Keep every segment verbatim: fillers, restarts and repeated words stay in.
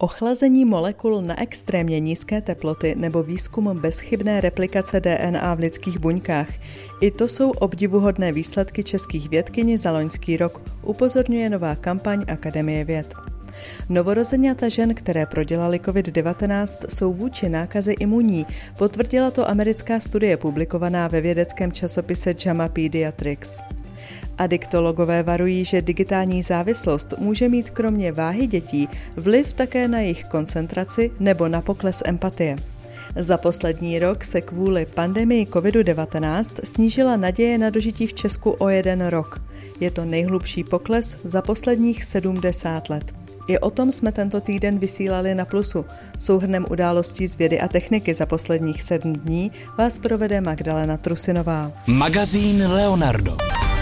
Ochlazení molekul na extrémně nízké teploty nebo výzkum bezchybné replikace D N A v lidských buňkách. I to jsou obdivuhodné výsledky českých vědkyní za loňský rok, upozorňuje nová kampaň Akademie věd. Novorozeňata žen, které prodělaly covid devatenáct, jsou vůči nákaze imunní, potvrdila to americká studie publikovaná ve vědeckém časopise JAMA Pediatrics. Adiktologové varují, že digitální závislost může mít kromě váhy dětí vliv také na jejich koncentraci nebo na pokles empatie. Za poslední rok se kvůli pandemii covid devatenáct snížila naděje na dožití v Česku o jeden rok. Je to nejhlubší pokles za posledních sedmdesát let. I o tom jsme tento týden vysílali na Plusu. Souhrnem událostí z vědy a techniky za posledních sedm dní vás provede Magdalena Trusinová. Magazín Leonardo.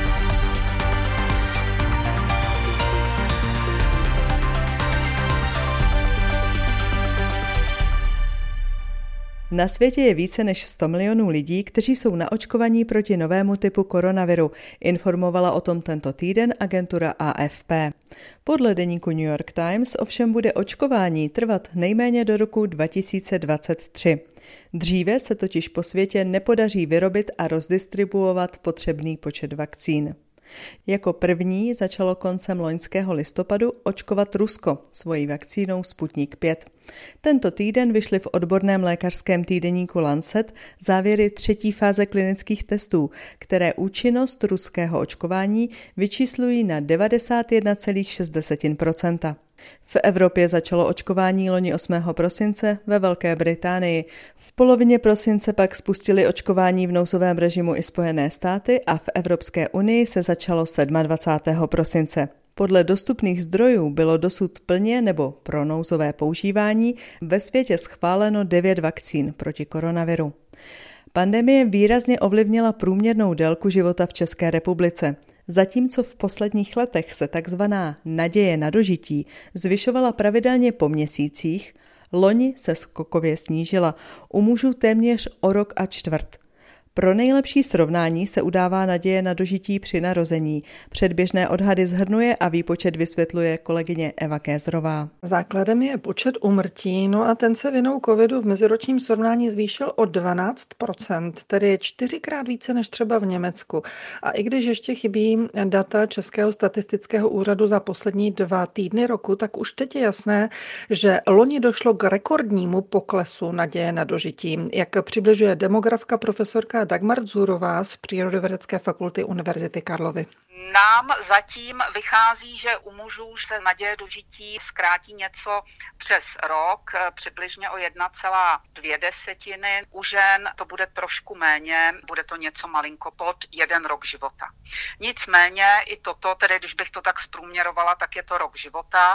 Na světě je více než sto milionů lidí, kteří jsou naočkovaní proti novému typu koronaviru, informovala o tom tento týden agentura A F P. Podle deníku New York Times ovšem bude očkování trvat nejméně do roku dva tisíce dvacet tři. Dříve se totiž po světě nepodaří vyrobit a rozdistribuovat potřebný počet vakcín. Jako první začalo koncem loňského listopadu očkovat Rusko svojí vakcínou Sputnik pět. Tento týden vyšly v odborném lékařském týdeníku Lancet závěry třetí fáze klinických testů, které účinnost ruského očkování vyčíslují na devadesát jedna celá šest procenta. V Evropě začalo očkování loni osmého prosince, ve Velké Británii. V polovině prosince pak spustili očkování v nouzovém režimu i Spojené státy a v Evropské unii se začalo dvacátého sedmého prosince. Podle dostupných zdrojů bylo dosud plně nebo pro nouzové používání ve světě schváleno devět vakcín proti koronaviru. Pandemie výrazně ovlivnila průměrnou délku života v České republice. Zatímco v posledních letech se takzvaná naděje na dožití zvyšovala pravidelně po měsících, loni se skokově snížila, u mužů téměř o rok a čtvrt. Pro nejlepší srovnání se udává naděje na dožití při narození. Předběžné odhady shrnuje a výpočet vysvětluje kolegyně Eva Kézrová. Základem je počet úmrtí, no a ten se vinou covidu v meziročním srovnání zvýšil o dvanáct procent, tedy čtyřikrát více než třeba v Německu. A i když ještě chybí data Českého statistického úřadu za poslední dva týdny roku, tak už teď je jasné, že loni došlo k rekordnímu poklesu naděje na dožití. Jak přibližuje demografka profesorka Dagmar Dzurová z Přírodovědecké fakulty Univerzity Karlovy. Nám zatím vychází, že u mužů se naděje dožití zkrátí něco přes rok, přibližně o jedna celá dvě desetiny. U žen to bude trošku méně, bude to něco malinko pod jeden rok života. Nicméně i toto, tedy když bych to tak zprůměrovala, tak je to rok života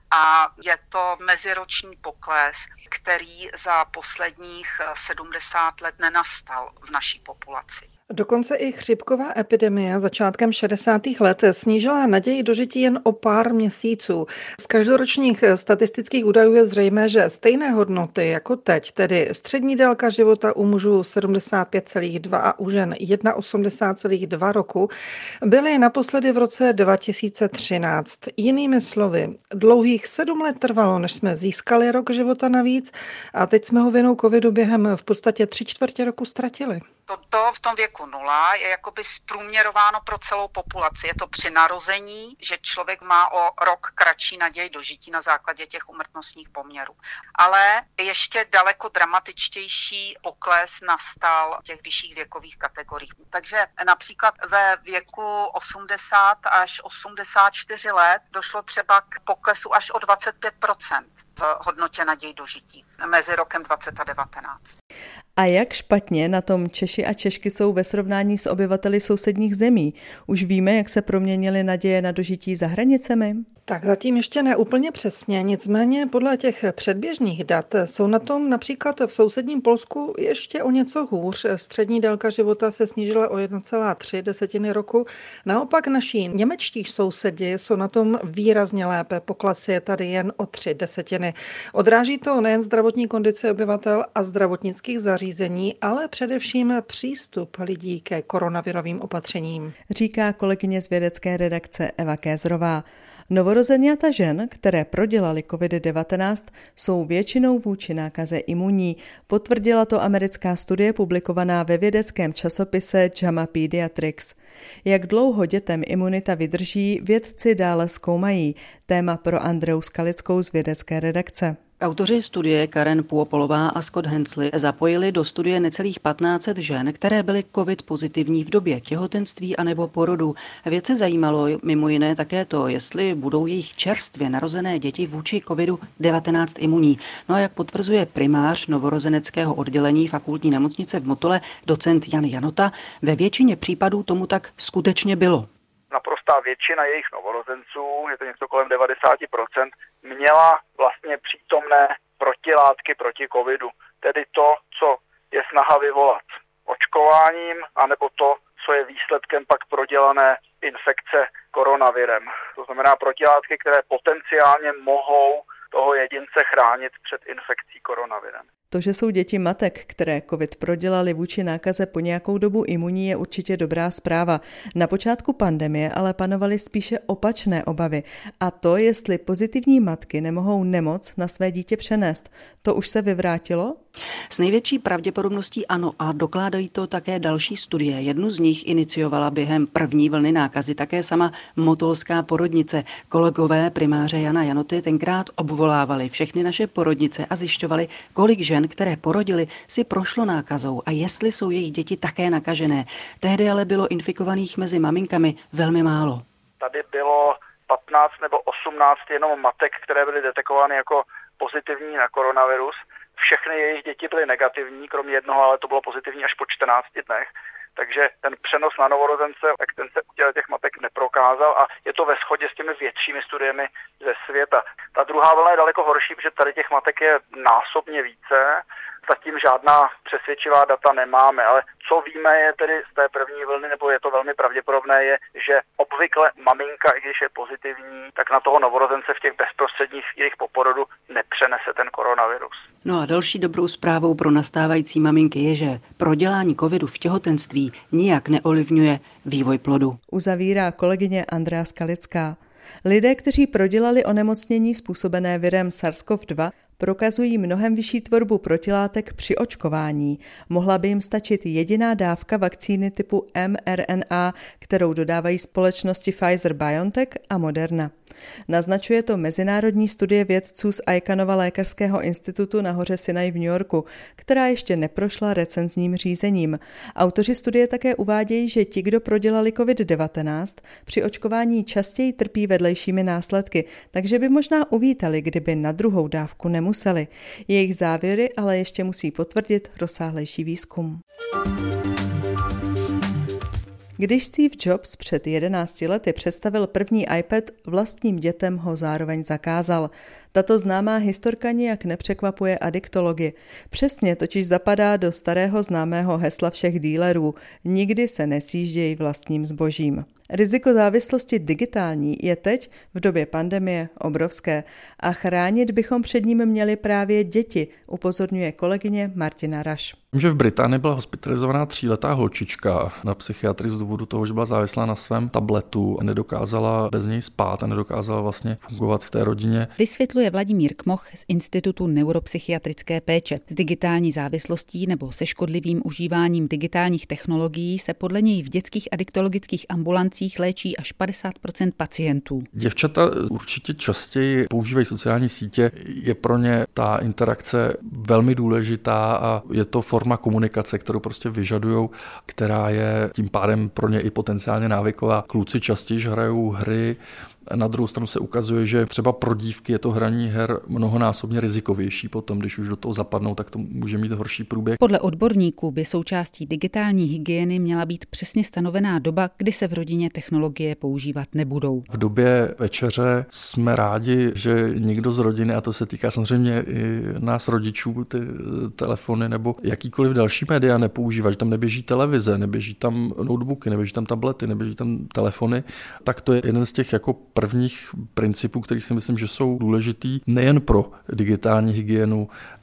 a je to meziroční pokles, který za posledních sedmdesát let nenastal v naší populaci. Dokonce i chřipková epidemie začátkem šedesátých let snížila naději dožití jen o pár měsíců. Z každoročních statistických údajů je zřejmé, že stejné hodnoty jako teď, tedy střední délka života u mužů sedmdesát pět celá dva a u žen osmdesát jedna celá dva roku, byly naposledy v roce dva tisíce třináct. Jinými slovy, dlouhých sedm let trvalo, než jsme získali rok života navíc a teď jsme ho vinou covidu během v podstatě tři čtvrtě roku ztratili. Toto v tom věku nula je jakoby zprůměrováno pro celou populaci. Je to při narození, že člověk má o rok kratší naději dožití na základě těch úmrtnostních poměrů. Ale ještě daleko dramatičtější pokles nastal v těch vyšších věkových kategoriích. Takže například ve věku osmdesát až osmdesát čtyři let došlo třeba k poklesu až o dvacet pět procent v hodnotě naději dožití mezi rokem dvacet a devatenáct. A jak špatně na tom Češi a Češky jsou ve srovnání s obyvateli sousedních zemí? Už víme, jak se proměnily naděje na dožití za hranicemi? Tak zatím ještě ne úplně přesně, nicméně podle těch předběžných dat jsou na tom například v sousedním Polsku ještě o něco hůř. Střední délka života se snížila o jedna celá tři desetiny roku. Naopak naši němečtí sousedi jsou na tom výrazně lépe. Pokles je tady jen o tři desetiny. Odráží to nejen zdravotní kondici obyvatel a zdravotnických zařízení, ale především přístup lidí ke koronavirovým opatřením. Říká kolegyně z vědecké redakce Eva Kézrová. Novorozenata žen, které prodělaly covid devatenáct, jsou většinou vůči nákaze imunní. Potvrdila to americká studie publikovaná ve vědeckém časopise JAMA Pediatrics. Jak dlouho dětem imunita vydrží, vědci dále zkoumají. Téma pro Andreu Skalickou z vědecké redakce. Autoři studie Karen Puopolová a Scott Hensley zapojili do studie necelých patnáct set žen, které byly covid pozitivní v době těhotenství anebo porodu. Vědce zajímalo mimo jiné také to, jestli budou jejich čerstvě narozené děti vůči covid devatenáct imunní. No a jak potvrzuje primář novorozeneckého oddělení fakultní nemocnice v Motole, docent Jan Janota, ve většině případů tomu tak skutečně bylo. Naprostá většina jejich novorozenců, je to něco kolem devadesát procent, měla vlastně přítomné protilátky proti covidu. Tedy to, co je snaha vyvolat očkováním, anebo to, co je výsledkem pak prodělané infekce koronavirem. To znamená protilátky, které potenciálně mohou toho jedince chránit před infekcí koronavirem. To, že jsou děti matek, které covid prodělali vůči nákaze po nějakou dobu imunní, je určitě dobrá zpráva. Na počátku pandemie ale panovaly spíše opačné obavy. A to, jestli pozitivní matky nemohou nemoc na své dítě přenést. To už se vyvrátilo? S největší pravděpodobností ano a dokládají to také další studie. Jednu z nich iniciovala během první vlny nákazy také sama motolská porodnice. Kolegové primáře Jana Janoty tenkrát obvolávali všechny naše porodnice a zjišťovali, kolik žen, které porodili, si prošlo nákazou a jestli jsou jejich děti také nakažené. Tehdy ale bylo infikovaných mezi maminkami velmi málo. Tady bylo patnáct nebo osmnáct jenom matek, které byly detekovány jako pozitivní na koronavirus. Všechny jejich děti byly negativní, kromě jednoho, ale to bylo pozitivní až po čtrnácti dnech. Takže ten přenos na novorozence, tak ten se u těch matek neprokázal a je to ve shodě s těmi většími studiemi ze světa. Ta druhá vlna je daleko horší, protože tady těch matek je násobně více. Zatím žádná přesvědčivá data nemáme, ale co víme je tedy z té první vlny, nebo je to velmi pravděpodobné, je, že obvykle maminka, i když je pozitivní, tak na toho novorozence v těch bezprostředních chvílích po porodu nepřenese ten koronavirus. No a další dobrou zprávou pro nastávající maminky je, že prodělání covidu v těhotenství nijak neovlivňuje vývoj plodu. Uzavírá kolegyně Andrea Skalická. Lidé, kteří prodělali onemocnění způsobené virem SARS-CoV dva, prokazují mnohem vyšší tvorbu protilátek při očkování. Mohla by jim stačit jediná dávka vakcíny typu mRNA, kterou dodávají společnosti Pfizer-BioNTech a Moderna. Naznačuje to mezinárodní studie vědců z Aikanova lékařského institutu na hoře Sinai v New Yorku, která ještě neprošla recenzním řízením. Autoři studie také uvádějí, že ti, kdo prodělali covid devatenáct, při očkování častěji trpí vedlejšími následky, takže by možná uvítali, kdyby na druhou dávku nemuseli. Jejich závěry ale ještě musí potvrdit rozsáhlejší výzkum. Když Steve Jobs před jedenácti lety představil první iPad, vlastním dětem ho zároveň zakázal. Tato známá historka nijak nepřekvapuje adiktology. Přesně totiž zapadá do starého známého hesla všech dílerů. Nikdy se nesjíždějí vlastním zbožím. Riziko závislosti digitální je teď v době pandemie obrovské a chránit bychom před ním měli právě děti, upozorňuje kolegyně Martina Raš. Že v Británii byla hospitalizovaná tříletá holčička na psychiatrii z důvodu toho, že byla závislá na svém tabletu a nedokázala bez něj spát a nedokázala vlastně fungovat v té rodině. Vysvětluje Vladimír Kmoch z Institutu neuropsychiatrické péče. S digitální závislostí nebo se škodlivým užíváním digitálních technologií se podle něj v dětských adiktologických ambulancích léčí až padesát procent pacientů. Děvčata určitě častěji používají sociální sítě, je pro ně ta interakce velmi důležitá a je to forma komunikace, kterou prostě vyžadujou, která je tím pádem pro ně i potenciálně návyková. Kluci častěji hrajou hry. Na druhou stranu se ukazuje, že třeba pro dívky je to hraní her mnohonásobně rizikovější potom, když už do toho zapadnou, tak to může mít horší průběh. Podle odborníků by součástí digitální hygieny měla být přesně stanovená doba, kdy se v rodině technologie používat nebudou. V době večeře jsme rádi, že někdo z rodiny, a to se týká samozřejmě i nás rodičů, ty telefony nebo jakýkoliv další média nepoužívá, že tam neběží televize, neběží tam notebooky, neběží tam tablety, neběží tam telefony, tak to je jeden z těch jako prvních principů, který si myslím, že jsou důležitý nejen pro digitální hygienu,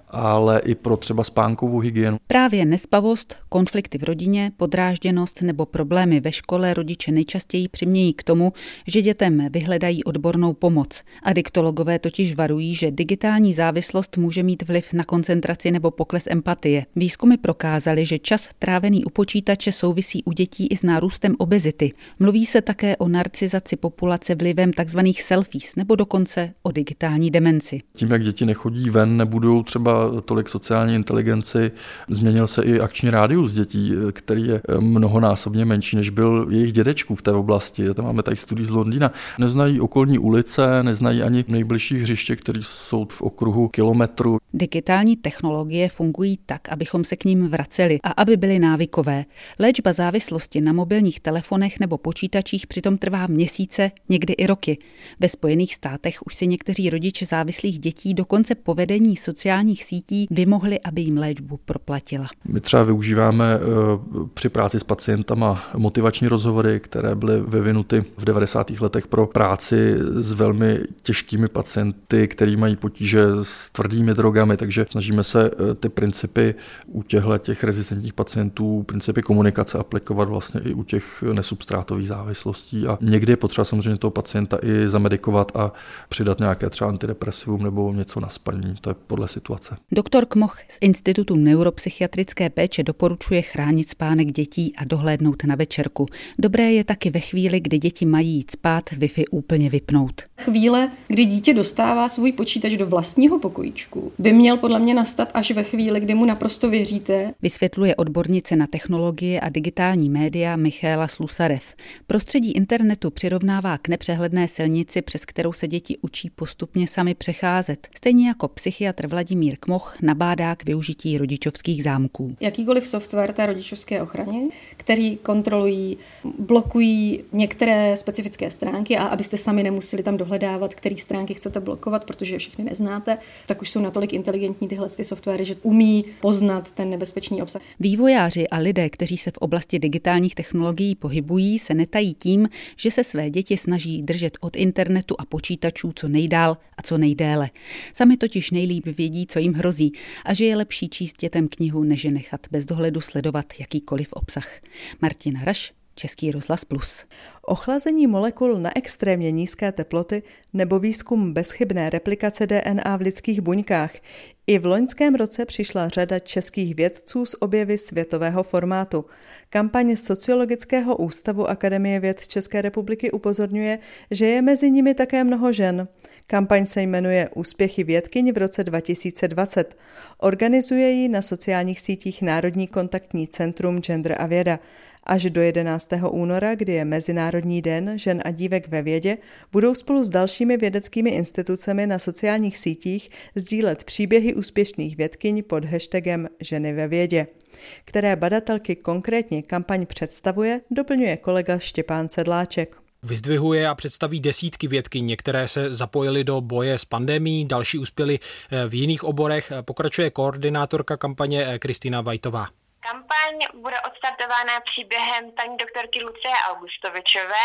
ale i pro třeba spánkovou hygienu. Právě nespavost, konflikty v rodině, podrážděnost nebo problémy ve škole rodiče nejčastěji přimějí k tomu, že dětem vyhledají odbornou pomoc. Adiktologové totiž varují, že digitální závislost může mít vliv na koncentraci nebo pokles empatie. Výzkumy prokázaly, že čas trávený u počítače souvisí u dětí i s nárůstem obezity. Mluví se také o narcizaci populace vlivem tzv. Selfies nebo dokonce o digitální demenci. Tím, jak děti nechodí ven, nebudou třeba tolik sociální inteligenci, změnil se i akční rádius dětí, který je mnohonásobně menší, než byl jejich dědečků v té oblasti. Tam máme tady studii z Londýna. Neznají okolní ulice, neznají ani nejbližší hřiště, které jsou v okruhu kilometru. Digitální technologie fungují tak, abychom se k ním vraceli a aby byly návykové. Léčba závislosti na mobilních telefonech nebo počítačích přitom trvá měsíce, někdy i roky. Ve Spojených státech už si někteří rodiče závislých dětí dokonce po vedení sociálních sítí vymohli, aby jim léčbu proplatila. My třeba využíváme při práci s pacientama motivační rozhovory, které byly vyvinuty v devadesátých letech pro práci s velmi těžkými pacienty, kteří mají potíže s tvrdými drogami, takže snažíme se ty principy u těchto těch rezistentních pacientů, principy komunikace aplikovat vlastně i u těch nesubstrátových závislostí a někdy je potřeba samozřejmě toho pacienta i zamedikovat a přidat nějaké třeba antidepresivum nebo něco na spaní, to je podle situace. Doktor Kmoch z Institutu neuropsychiatrické péče doporučuje chránit spánek dětí a dohlédnout na večerku. Dobré je taky ve chvíli, kdy děti mají jít spát, Wi-Fi úplně vypnout. Chvíle, kdy dítě dostává svůj počítač do vlastního pokojíčku, by měl podle mě nastat až ve chvíli, kdy mu naprosto věříte. Vysvětluje odbornice na technologie a digitální média Michaela Slusarev. Prostředí internetu přirovnává k nepřehledné silnici, přes kterou se děti učí postupně sami přecházet. Stejně jako psychiatr Vladimír Kmoch nabádá k využití rodičovských zámků. Jakýkoliv software té rodičovské ochraně, který kontrolují, blokují některé specifické stránky a abyste sami nemuseli tam dohledávat, které stránky chcete blokovat, protože je všechny neznáte, tak už jsou natolik inteligentní tyhle ty softwary, že umí poznat ten nebezpečný obsah. Vývojáři a lidé, kteří se v oblasti digitálních technologií pohybují, se netají tím, že se své děti snaží držet od internetu a počítačů co nejdál a co nejdéle. Sami totiž nejlíp vědí, co jim hrozí a že je lepší číst dětem knihu, než je nechat bez dohledu sledovat jakýkoliv obsah. Martina Raš, Český rozhlas Plus. Ochlazení molekul na extrémně nízké teploty nebo výzkum bezchybné replikace D N A v lidských buňkách. I v loňském roce přišla řada českých vědců s objevy světového formátu. Kampaň Sociologického ústavu Akademie věd České republiky upozorňuje, že je mezi nimi také mnoho žen. Kampaň se jmenuje Úspěchy vědkyň v roce dva tisíce dvacet. Organizuje ji na sociálních sítích Národní kontaktní centrum Gender a věda. Až do jedenáctého února, kdy je Mezinárodní den žen a dívek ve vědě, budou spolu s dalšími vědeckými institucemi na sociálních sítích sdílet příběhy úspěšných vědkyň pod hashtagem Ženy ve vědě. Které badatelky konkrétně kampaň představuje, doplňuje kolega Štěpán Sedláček. Vyzdvihuje a představí desítky vědkyň, některé se zapojily do boje s pandemií, další uspěly v jiných oborech. Pokračuje koordinátorka kampaně Kristýna Vajtová. Kampaň bude odstartována příběhem paní doktorky Lucie Augustovičové,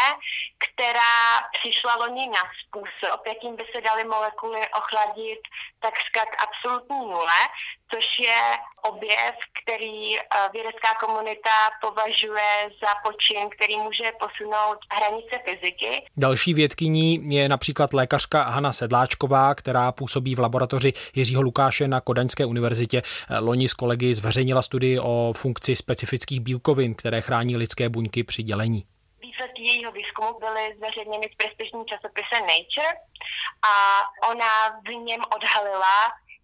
která přišla loni na způsob, jakým by se daly molekuly ochladit takřka k absolutní nule, což je objev, který vědecká komunita považuje za počin, který může posunout hranice fyziky. Další vědkyní je například lékařka Hana Sedláčková, která působí v laboratoři Jiřího Lukáše na Kodaňské univerzitě. Loni s kolegy zveřejnila studii o funkci specifických bílkovin, které chrání lidské buňky při dělení. Výsledky jejího výzkumu byly zveřejněny v prestižním časopise Nature a ona v něm odhalila,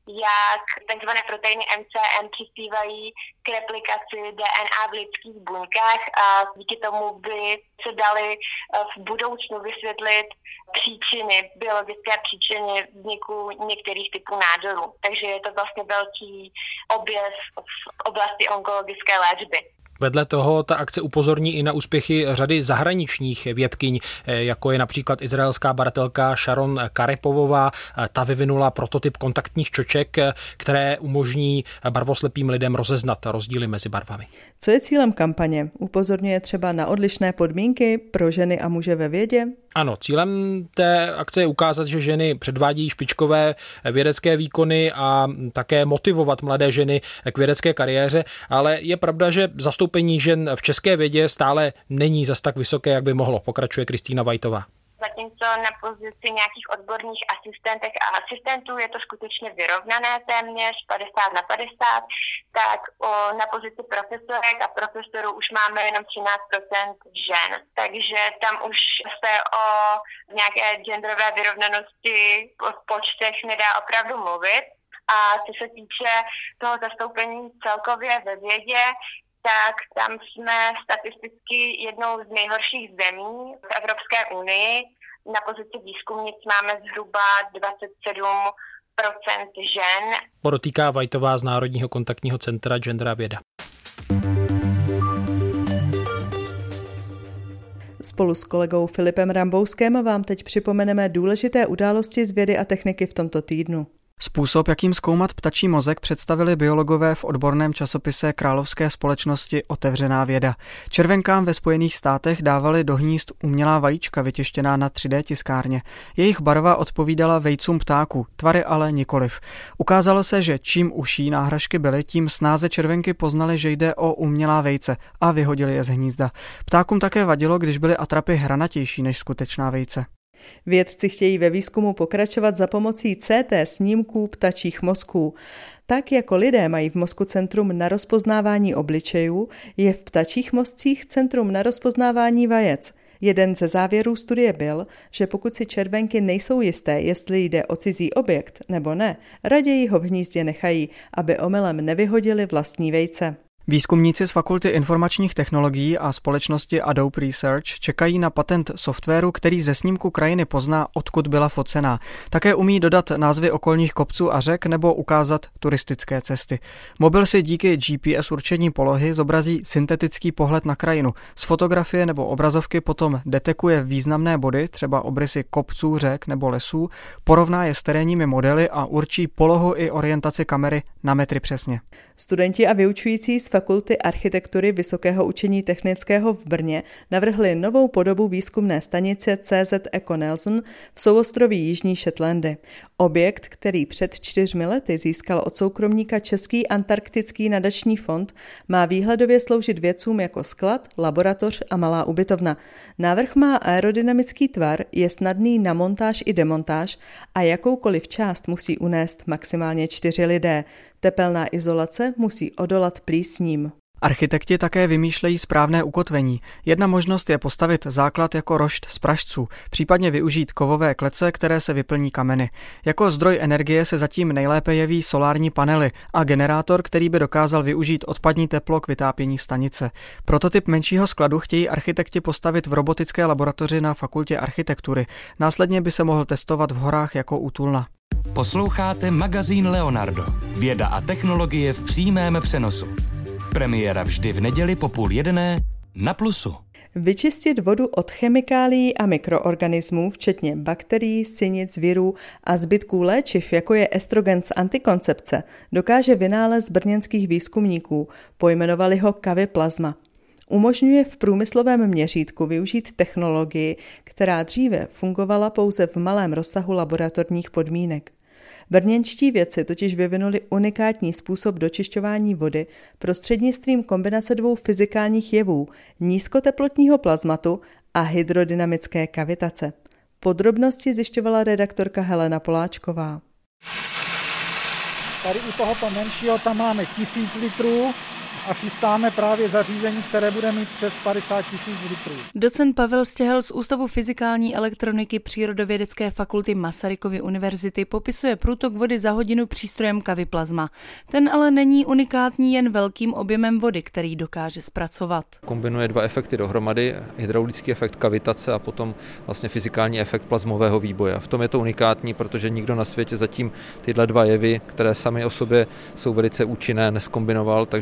jak tzv. Proteiny M C M přispívají k replikaci D N A v lidských buňkách a díky tomu by se daly v budoucnu vysvětlit příčiny, biologické příčiny vzniku některých typů nádorů. Takže je to vlastně velký objev v oblasti onkologické léčby. Vedle toho ta akce upozorní i na úspěchy řady zahraničních vědkyň, jako je například izraelská badatelka Sharon Karepovová. Ta vyvinula prototyp kontaktních čoček, které umožní barvoslepým lidem rozeznat rozdíly mezi barvami. Co je cílem kampaně? Upozorňuje třeba na odlišné podmínky pro ženy a muže ve vědě? Ano, cílem té akce je ukázat, že ženy předvádí špičkové vědecké výkony a také motivovat mladé ženy k vědecké kariéře, ale je pravda, že zastoupení žen v české vědě stále není zas tak vysoké, jak by mohlo, pokračuje Kristýna Vajtová. Zatímco na pozici nějakých odborných asistentek a asistentů je to skutečně vyrovnané téměř padesát na padesát, tak o, na pozici profesorek a profesorů už máme jenom třináct procent žen. Takže tam už se o nějaké genderové vyrovnanosti v počtech nedá opravdu mluvit. A co se týče toho zastoupení celkově ve vědě, tak tam jsme statisticky jednou z nejhorších zemí v Evropské unii. Na pozici výzkumnic máme zhruba dvacet sedm procent žen. Podotýká Vajtová z Národního kontaktního centra Gender a věda. Spolu s kolegou Filipem Rambouskem vám teď připomeneme důležité události z vědy a techniky v tomto týdnu. Způsob, jakým zkoumat ptačí mozek, představili biologové v odborném časopise Královské společnosti Otevřená věda. Červenkám ve Spojených státech dávali do hnízd umělá vajíčka vytištěná na tři dé tiskárně. Jejich barva odpovídala vejcům ptáků, tvary ale nikoliv. Ukázalo se, že čím uší náhražky byly, tím snáze červenky poznali, že jde o umělá vejce a vyhodili je z hnízda. Ptákům také vadilo, když byly atrapy hranatější než skutečná vejce. Vědci chtějí ve výzkumu pokračovat za pomocí C T snímků ptačích mozků. Tak jako lidé mají v mozku centrum na rozpoznávání obličejů, je v ptačích mozcích centrum na rozpoznávání vajec. Jeden ze závěrů studie byl, že pokud si červenky nejsou jisté, jestli jde o cizí objekt nebo ne, raději ho v hnízdě nechají, aby omylem nevyhodili vlastní vejce. Výzkumníci z Fakulty informačních technologií a společnosti Adobe Research čekají na patent softwaru, který ze snímku krajiny pozná, odkud byla focená. Také umí dodat názvy okolních kopců a řek nebo ukázat turistické cesty. Mobil si díky G P S určení polohy zobrazí syntetický pohled na krajinu. Z fotografie nebo obrazovky potom detekuje významné body, třeba obrysy kopců, řek nebo lesů, porovná je s terénními modely a určí polohu i orientaci kamery na metry přesně. Studenti a vyučující z Fakulty architektury Vysokého učení technického v Brně navrhli novou podobu výzkumné stanice C Z Eco Nelson v souostroví Jižní Shetlandy. Objekt, který před čtyřmi lety získal od soukromníka Český antarktický nadační fond, má výhledově sloužit vědcům jako sklad, laboratoř a malá ubytovna. Návrh má aerodynamický tvar, je snadný na montáž i demontáž a jakoukoliv část musí unést maximálně čtyři lidé. Tepelná izolace musí odolat plísním. Architekti také vymýšlejí správné ukotvení. Jedna možnost je postavit základ jako rošt z prašců, případně využít kovové klece, které se vyplní kameny. Jako zdroj energie se zatím nejlépe jeví solární panely a generátor, který by dokázal využít odpadní teplo k vytápění stanice. Prototyp menšího skladu chtějí architekti postavit v robotické laboratoři na Fakultě architektury. Následně by se mohl testovat v horách jako útulna. Posloucháte magazín Leonardo. Věda a technologie v přímém přenosu. Premiéra vždy v neděli po půl jedné na Plusu. Vyčistit vodu od chemikálií a mikroorganismů, včetně bakterií, sinic, virů a zbytků léčiv, jako je estrogen z antikoncepce, dokáže vynález brněnských výzkumníků. Pojmenovali ho Kaviplasma. Umožňuje v průmyslovém měřítku využít technologii, která dříve fungovala pouze v malém rozsahu laboratorních podmínek. Brněnští vědci totiž vyvinuli unikátní způsob dočišťování vody prostřednictvím kombinace dvou fyzikálních jevů, nízkoteplotního plazmatu a hydrodynamické kavitace. Podrobnosti zjišťovala redaktorka Helena Poláčková. Tady u tohoto menšího tam máme tisíc litrů a chystáme právě zařízení, které bude mít přes padesát tisíc litrů. Docent Pavel Stěhel z Ústavu fyzikální elektroniky Přírodovědecké fakulty Masarykovy univerzity popisuje průtok vody za hodinu přístrojem Kaviplasma. Ten ale není unikátní jen velkým objemem vody, který dokáže zpracovat. Kombinuje dva efekty dohromady, hydraulický efekt kavitace a potom vlastně fyzikální efekt plazmového výboje. V tom je to unikátní, protože nikdo na světě zatím tyhle dva jevy, které sami o sobě jsou velice účinné, nezkombinoval, takže my máme teď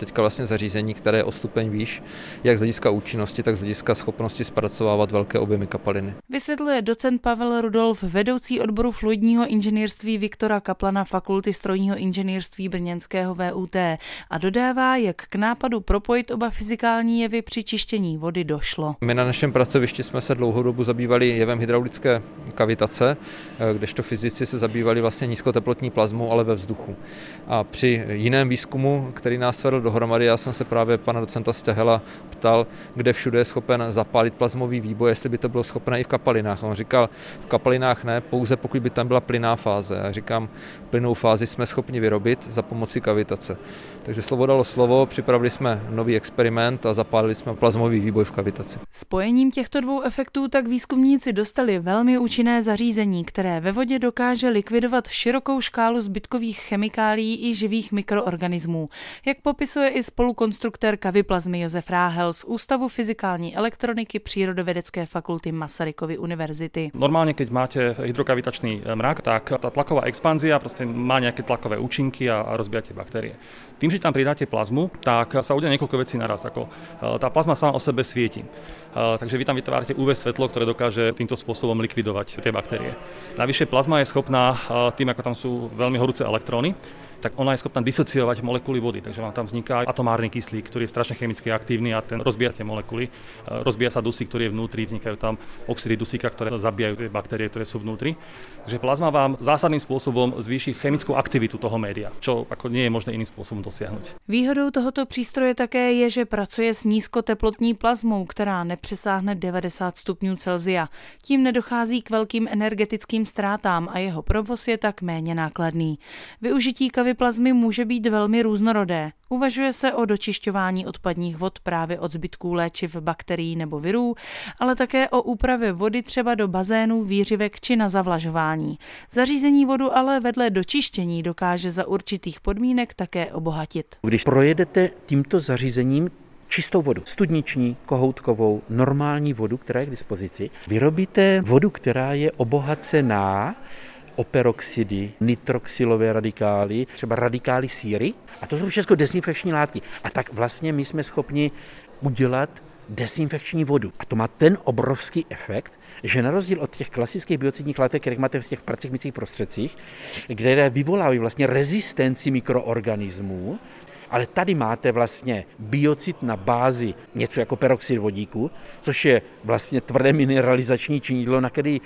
teďka vlastně zařízení, které je o stupeň výš, jak z hlediska účinnosti, tak z hlediska schopnosti zpracovávat velké objemy kapaliny. Vysvětluje docent Pavel Rudolf, vedoucí odboru fluidního inženýrství Viktora Kaplana Fakulty strojního inženýrství brněnského V U T a dodává, jak k nápadu propojit oba fyzikální jevy při čištění vody došlo. My na našem pracovišti jsme se dlouhou dobu zabývali jevem hydraulické kavitace, kdežto fyzici se zabývali vlastně nízkoteplotní plazmou, ale ve vzduchu. A při jiném výzkumu, který nás vedl dohromady, já jsem se právě pana docenta Stěhela ptal, kde všude je schopen zapálit plazmový výboj, jestli by to bylo schopné i v kapalinách. On říkal, v kapalinách ne, pouze pokud by tam byla plynná fáze. Já říkám, plynnou fázi jsme schopni vyrobit za pomoci kavitace. Takže slovo dalo slovo, připravili jsme nový experiment a zapálili jsme plazmový výboj v kavitaci. Spojením těchto dvou efektů tak výzkumníci dostali velmi účinné zařízení, které ve vodě dokáže likvidovat širokou škálu zbytkových chemikálií i živých mikroorganismů, jak popisuje i spolukonstruktér kaviplazmy Josef Ráhel z Ústavu fyzikální elektroniky Přírodovědecké fakulty Masarykovy univerzity. Normálne, keď máte hydrokavitačný mrak, tak tá tlaková expanzia proste má nejaké tlakové účinky a, a rozbijate baktérie. Tým, že tam pridáte plazmu, tak sa udeje niekoľko vecí naraz. Ako tá plazma sama o sebe svieti. Takže vy tam vytvárate ú vé svetlo, ktoré dokáže týmto spôsobom likvidovať tie baktérie. Navyše plazma je schopná, tým ako tam sú veľmi horúce elektróny, tak ona je schopná disociovať molekuly vody, takže vám tam vzniká atomárny kyslík, ktorý je strašne chemicky aktívny a ten rozbíja tie molekuly. Rozbíja sa dusík, ktorý je vnútri, vznikajú tam oxidy dusíka, ktoré zabíjajú tie baktérie, ktoré sú vnútri. Takže plazma vám zásadným spôsobom zvýši chemickú aktivitu toho média, čo ako nie je možné iným spôsobom dosiahnuť. Výhodou tohoto přístroje také je, že pracuje s nízkoteplotní plazmou, která nepřesáhne devadesát stupňů Celsia. Tím nedochází k velkým energetickým ztrátám a jeho provoz je tak méně nákladný. Využití kaviplazmy může být velmi různorodé. Uvažuje se o dočišťování odpadních vod právě od zbytků léčiv, bakterií nebo virů, ale také o úpravě vody třeba do bazénů, výřivek či na zavlažování. Zařízení vodu ale vedle dočištění dokáže za určitých podmínek také obohatit. Když projedete tímto zařízením čistou vodu, studniční, kohoutkovou, normální vodu, která je k dispozici, vyrobíte vodu, která je obohacená o peroxidy, nitroxylové radikály, třeba radikály síry. A to jsou všechno dezinfekční látky. A tak vlastně my jsme schopni udělat dezinfekční vodu. A to má ten obrovský efekt, že na rozdíl od těch klasických biocidních látek, které máte v těch pracechmických prostředcích, které vyvolávají vlastně rezistenci mikroorganismů, ale tady máte vlastně biocid na bázi něco jako peroxid vodíku, což je vlastně tvrdé mineralizační činidlo, na který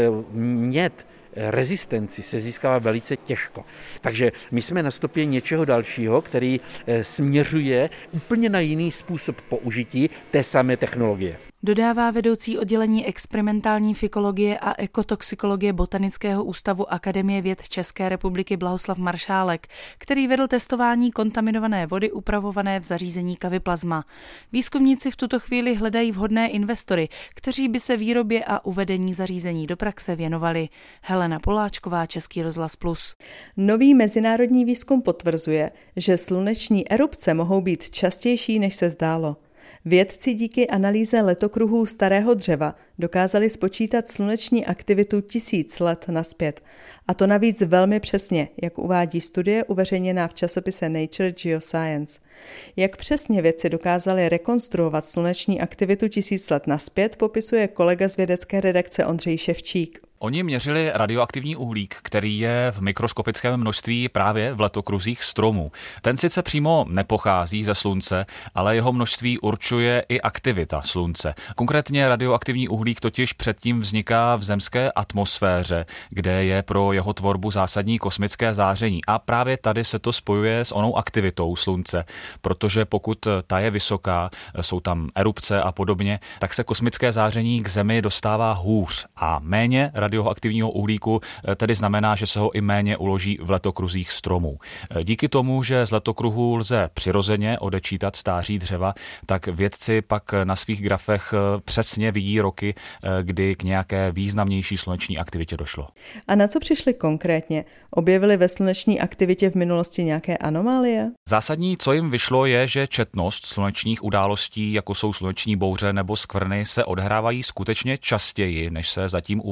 měd rezistenci se získává velice těžko. Takže my jsme na stopě něčeho dalšího, který směřuje úplně na jiný způsob použití té samé technologie. Dodává vedoucí oddělení experimentální fykologie a ekotoxikologie Botanického ústavu Akademie věd České republiky Blahoslav Maršálek, který vedl testování kontaminované vody upravované v zařízení kaviplazma. Výzkumníci v tuto chvíli hledají vhodné investory, kteří by se výrobě a uvedení zařízení do praxe věnovali. Helena Poláčková, Český rozhlas Plus. Nový mezinárodní výzkum potvrzuje, že sluneční erupce mohou být častější, než se zdálo. Vědci díky analýze letokruhů starého dřeva dokázali spočítat sluneční aktivitu tisíc let nazpět. A to navíc velmi přesně, jak uvádí studie uveřejněná v časopise Nature Geoscience. Jak přesně vědci dokázali rekonstruovat sluneční aktivitu tisíc let nazpět, popisuje kolega z vědecké redakce Ondřej Ševčík. Oni měřili radioaktivní uhlík, který je v mikroskopickém množství právě v letokruzích stromů. Ten sice přímo nepochází ze slunce, ale jeho množství určuje i aktivita slunce. Konkrétně radioaktivní uhlík totiž předtím vzniká v zemské atmosféře, kde je pro jeho tvorbu zásadní kosmické záření. A právě tady se to spojuje s onou aktivitou slunce, protože pokud ta je vysoká, jsou tam erupce a podobně, tak se kosmické záření k Zemi dostává hůř a méně radioaktivního uhlíku tedy znamená, že se ho i méně uloží v letokruzích stromů. Díky tomu, že z letokruhu lze přirozeně odečítat stáří dřeva, tak vědci pak na svých grafech přesně vidí roky, kdy k nějaké významnější sluneční aktivitě došlo. A na co přišli konkrétně? Objevili ve sluneční aktivitě v minulosti nějaké anomálie? Zásadní, co jim vyšlo, je, že četnost slunečních událostí, jako jsou sluneční bouře nebo skvrny, se odhrávají skutečně častěji, než se zatím uvažovalo.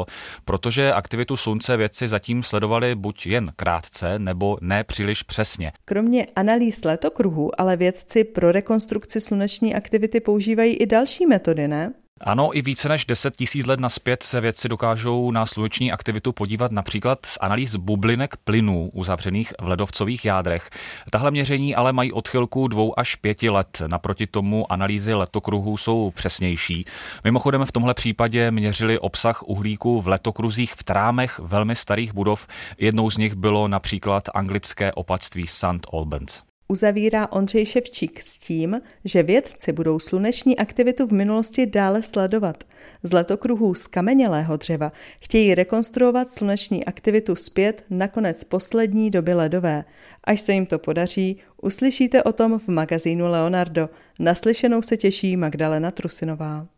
podařilo, protože aktivitu slunce vědci zatím sledovali buď jen krátce, nebo ne příliš přesně. Kromě analýz letokruhů ale vědci pro rekonstrukci sluneční aktivity používají i další metody, ne? Ano, i více než deset tisíc let nazpět se vědci dokážou na sluneční aktivitu podívat například z analýz bublinek plynů uzavřených v ledovcových jádrech. Tahle měření ale mají odchylku dvou až pěti let. Naproti tomu analýzy letokruhů jsou přesnější. Mimochodem v tomhle případě měřili obsah uhlíku v letokruzích v trámech velmi starých budov. Jednou z nich bylo například anglické opatství Saint Albans. Uzavírá Ondřej Ševčík s tím, že vědci budou sluneční aktivitu v minulosti dále sledovat. Z letokruhů z kamenělého dřeva chtějí rekonstruovat sluneční aktivitu zpět na konec poslední doby ledové. Až se jim to podaří, uslyšíte o tom v magazínu Leonardo. Naslyšenou se těší Magdalena Trusinová.